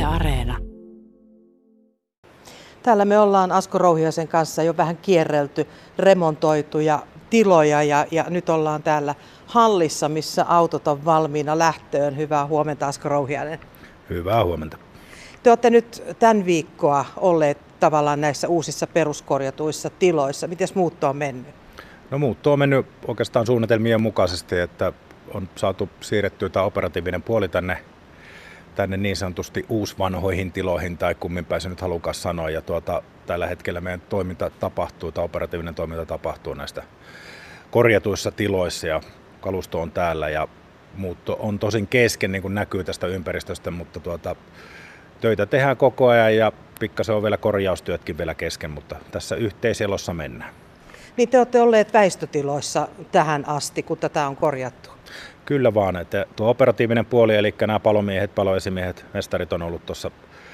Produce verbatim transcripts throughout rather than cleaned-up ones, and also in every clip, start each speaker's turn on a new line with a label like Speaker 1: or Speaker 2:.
Speaker 1: Areena.
Speaker 2: Täällä me ollaan Asko Rouhiaisen kanssa jo vähän kierrelty remontoituja tiloja ja, ja nyt ollaan täällä hallissa, missä autot on valmiina lähtöön. Hyvää huomenta, Asko Rouhiainen.
Speaker 3: Hyvää huomenta.
Speaker 2: Te olette nyt tämän viikkoa olleet tavallaan näissä uusissa peruskorjatuissa tiloissa. Miten muutto on mennyt?
Speaker 3: No muutto on mennyt oikeastaan suunnitelmien mukaisesti, että on saatu siirrettyä tämä operatiivinen puoli tänne, tänne niin sanotusti uusvanhoihin tiloihin, tai kumminpäin se nyt halukaan sanoa. Ja tuota, tällä hetkellä meidän toiminta tapahtuu, tai operatiivinen toiminta tapahtuu näistä korjatuissa tiloissa, ja kalusto on täällä, ja muutto on tosin kesken, niin kuin näkyy tästä ympäristöstä, mutta tuota, töitä tehdään koko ajan, ja pikkasen on vielä korjaustyötkin vielä kesken, mutta tässä yhteiselossa mennään.
Speaker 2: Niin te olette olleet väistötiloissa tähän asti, kun tätä on korjattu?
Speaker 3: Kyllä vaan, että tuo operatiivinen puoli, eli nämä palomiehet, paloesimiehet, mestarit on ollut tuossa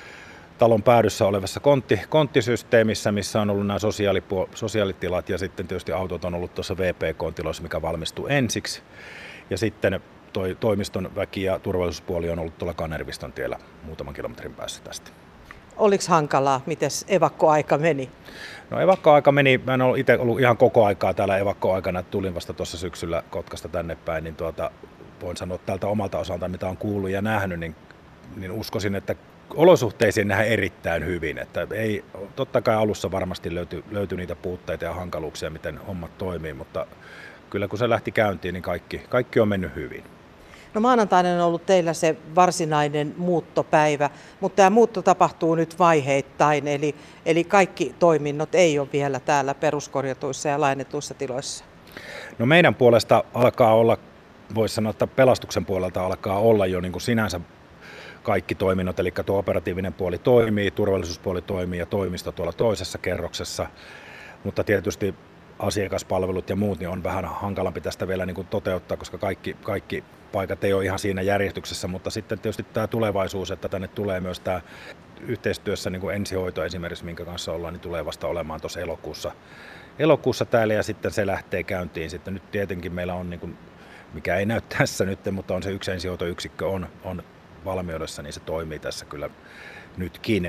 Speaker 3: talon päädyssä olevassa kontti, konttisysteemissä, missä on ollut nämä sosiaalipuol- sosiaalitilat, ja sitten tietysti autot on ollut tuossa V P K-tiloissa, mikä valmistuu ensiksi. Ja sitten toi toimiston väki ja turvallisuuspuoli on ollut tuolla Kanerviston tiellä muutaman kilometrin päässä tästä.
Speaker 2: Oliko hankalaa? Mites evakkoaika meni?
Speaker 3: No evakkoaika meni, mä en ole itse ollut ihan koko aikaa täällä evakkoaikana, että tulin vasta tuossa syksyllä Kotkasta tänne päin, niin tuota, voin sanoa tältä omalta osalta, mitä on kuullut ja nähnyt, niin, niin uskoisin, että olosuhteisiin nähdään erittäin hyvin. Että ei, totta kai alussa varmasti löytyi, löytyi niitä puutteita ja hankaluuksia, miten hommat toimii, mutta kyllä kun se lähti käyntiin, niin kaikki, kaikki on mennyt hyvin.
Speaker 2: No maanantaina on ollut teillä se varsinainen muuttopäivä, mutta tämä muutto tapahtuu nyt vaiheittain, eli, eli kaikki toiminnot ei ole vielä täällä peruskorjatuissa ja lainetuissa tiloissa.
Speaker 3: No meidän puolesta alkaa olla, voisi sanoa, että pelastuksen puolelta alkaa olla jo niin kuin sinänsä kaikki toiminnot, eli tuo operatiivinen puoli toimii, turvallisuuspuoli toimii ja toimisto tuolla toisessa kerroksessa, mutta tietysti asiakaspalvelut ja muut niin on vähän hankalampi tästä vielä niin kuin toteuttaa, koska kaikki, kaikki paikat ei ole ihan siinä järjestyksessä, mutta sitten tietysti tämä tulevaisuus, että tänne tulee myös tämä yhteistyössä niin kuin ensihoito esimerkiksi, minkä kanssa ollaan, niin tulee vasta olemaan tuossa elokuussa, elokuussa täällä ja sitten se lähtee käyntiin. Sitten nyt tietenkin meillä on, niin kuin, mikä ei näy tässä nyt, mutta on se yksi ensihoitoyksikkö on, on valmiudessa, niin se toimii tässä kyllä nytkin.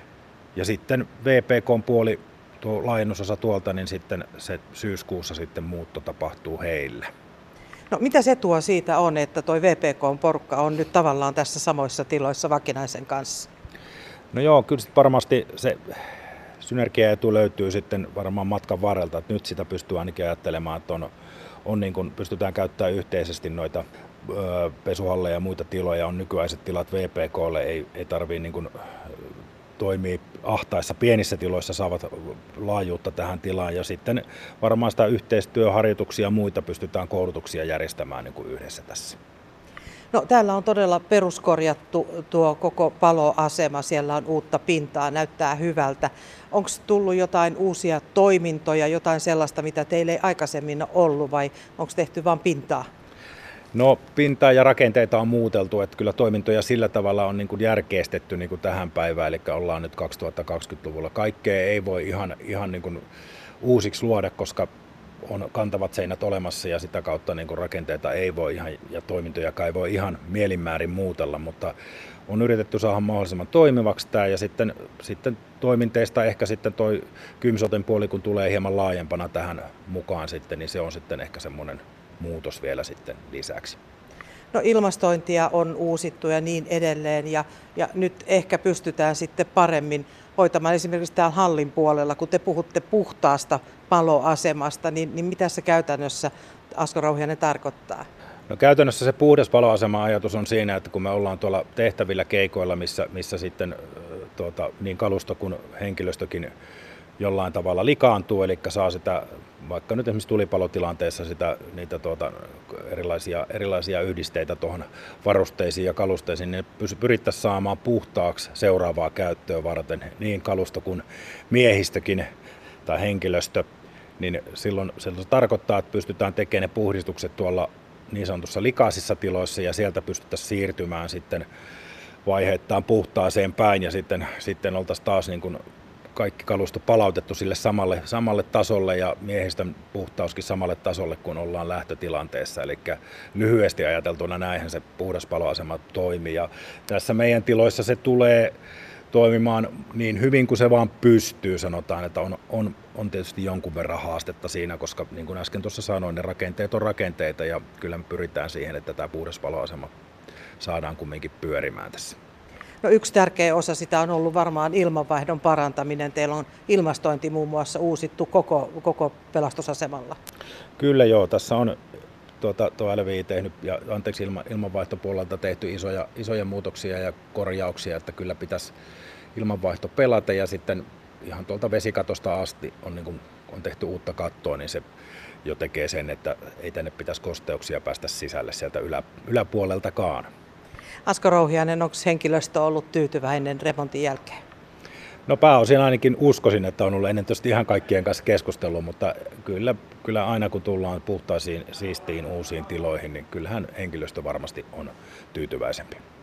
Speaker 3: Ja sitten V P K-puoli, tuo laajennusosa tuolta, niin sitten se syyskuussa sitten muutto tapahtuu heille.
Speaker 2: No mitä se tuo siitä on, että tuo V P K-porukka on nyt tavallaan tässä samoissa tiloissa vakinaisen kanssa?
Speaker 3: No joo, kyllä sitten varmasti se synergiaetu löytyy sitten varmaan matkan varrelta, että nyt sitä pystyy ainakin ajattelemaan, että on, on niin kuin pystytään käyttämään yhteisesti noita ö, pesuhalleja ja muita tiloja, on nykyiset tilat V P K:lle, ei, ei tarvitse niin kuin toimii ahtaissa pienissä tiloissa, saavat laajuutta tähän tilaan ja sitten varmaan sitä yhteistyöharjoituksia ja muita pystytään koulutuksia järjestämään niin kuin yhdessä tässä.
Speaker 2: No täällä on todella peruskorjattu tuo koko paloasema, siellä on uutta pintaa, näyttää hyvältä. Onko tullut jotain uusia toimintoja, jotain sellaista, mitä teillä ei aikaisemmin ole ollut vai onko tehty vain pintaa?
Speaker 3: No pintaa ja rakenteita on muuteltu, että kyllä toimintoja sillä tavalla on niin kuin järkeistetty niin kuin tähän päivään, eli ollaan nyt kaksituhattakaksikymmentäluvulla. Kaikkea ei voi ihan, ihan niin kuin uusiksi luoda, koska on kantavat seinät olemassa ja sitä kautta niin kuin rakenteita ei voi ihan, ja toimintoja ei voi ihan mielinmäärin muutella, mutta on yritetty saada mahdollisimman toimivaksi tämä ja sitten, sitten toiminteista ehkä sitten toi Kymsoten puoli, kun tulee hieman laajempana tähän mukaan sitten, niin se on sitten ehkä semmoinen muutos vielä sitten lisäksi.
Speaker 2: No ilmastointia on uusittu ja niin edelleen ja, ja nyt ehkä pystytään sitten paremmin hoitamaan esimerkiksi täällä hallin puolella, kun te puhutte puhtaasta paloasemasta, niin, niin mitä se käytännössä, Asko Rouhiainen, tarkoittaa?
Speaker 3: No käytännössä se puhdas paloasema-ajatus on siinä, että kun me ollaan tuolla tehtävillä keikoilla, missä, missä sitten tuota, niin kalusto kuin henkilöstökin jollain tavalla likaantuu, eli saa sitä, vaikka nyt esimerkiksi tulipalotilanteessa sitä, niitä tuota, erilaisia, erilaisia yhdisteitä tuohon varusteisiin ja kalusteisiin, niin pyrittäisiin saamaan puhtaaksi seuraavaa käyttöä varten niin kalusto kuin miehistökin tai henkilöstö, niin silloin, silloin se tarkoittaa, että pystytään tekemään ne puhdistukset tuolla niin sanotussa likaisissa tiloissa ja sieltä pystyttäisiin siirtymään sitten vaiheittain puhtaaseen päin ja sitten, sitten oltaisiin taas niin kuin kaikki kalusto palautettu sille samalle, samalle tasolle ja miehistön puhtauskin samalle tasolle, kun ollaan lähtötilanteessa. Eli lyhyesti ajateltuna näinhän se puhdaspaloasema toimii. Ja tässä meidän tiloissa se tulee toimimaan niin hyvin kuin se vaan pystyy, sanotaan, että on, on, on tietysti jonkun verran haastetta siinä, koska niin kuin äsken tuossa sanoin, ne rakenteet on rakenteita ja kyllä me pyritään siihen, että tämä puhdaspaloasema saadaan kumminkin pyörimään tässä.
Speaker 2: No yksi tärkeä osa sitä on ollut varmaan ilmanvaihdon parantaminen. Teillä on ilmastointi muun muassa uusittu koko, koko pelastusasemalla.
Speaker 3: Kyllä joo, tässä on tuota, tuo L V I tehnyt ja anteeksi ilma, ilmanvaihtopuolelta tehty isoja, isoja muutoksia ja korjauksia, että kyllä pitäisi ilmanvaihto pelata ja sitten ihan tuolta vesikatosta asti on, niin kuin, on tehty uutta kattoa, niin se jo tekee sen, että ei tänne pitäisi kosteuksia päästä sisälle sieltä ylä, yläpuoleltakaan.
Speaker 2: Asko Rouhiainen, onko henkilöstö ollut tyytyväinen remontin jälkeen?
Speaker 3: No pääosin ainakin uskoisin, että on ollut ennen tietysti ihan kaikkien kanssa keskustelua, mutta kyllä, kyllä aina kun tullaan puhtaisiin, siistiin uusiin tiloihin, niin kyllähän henkilöstö varmasti on tyytyväisempi.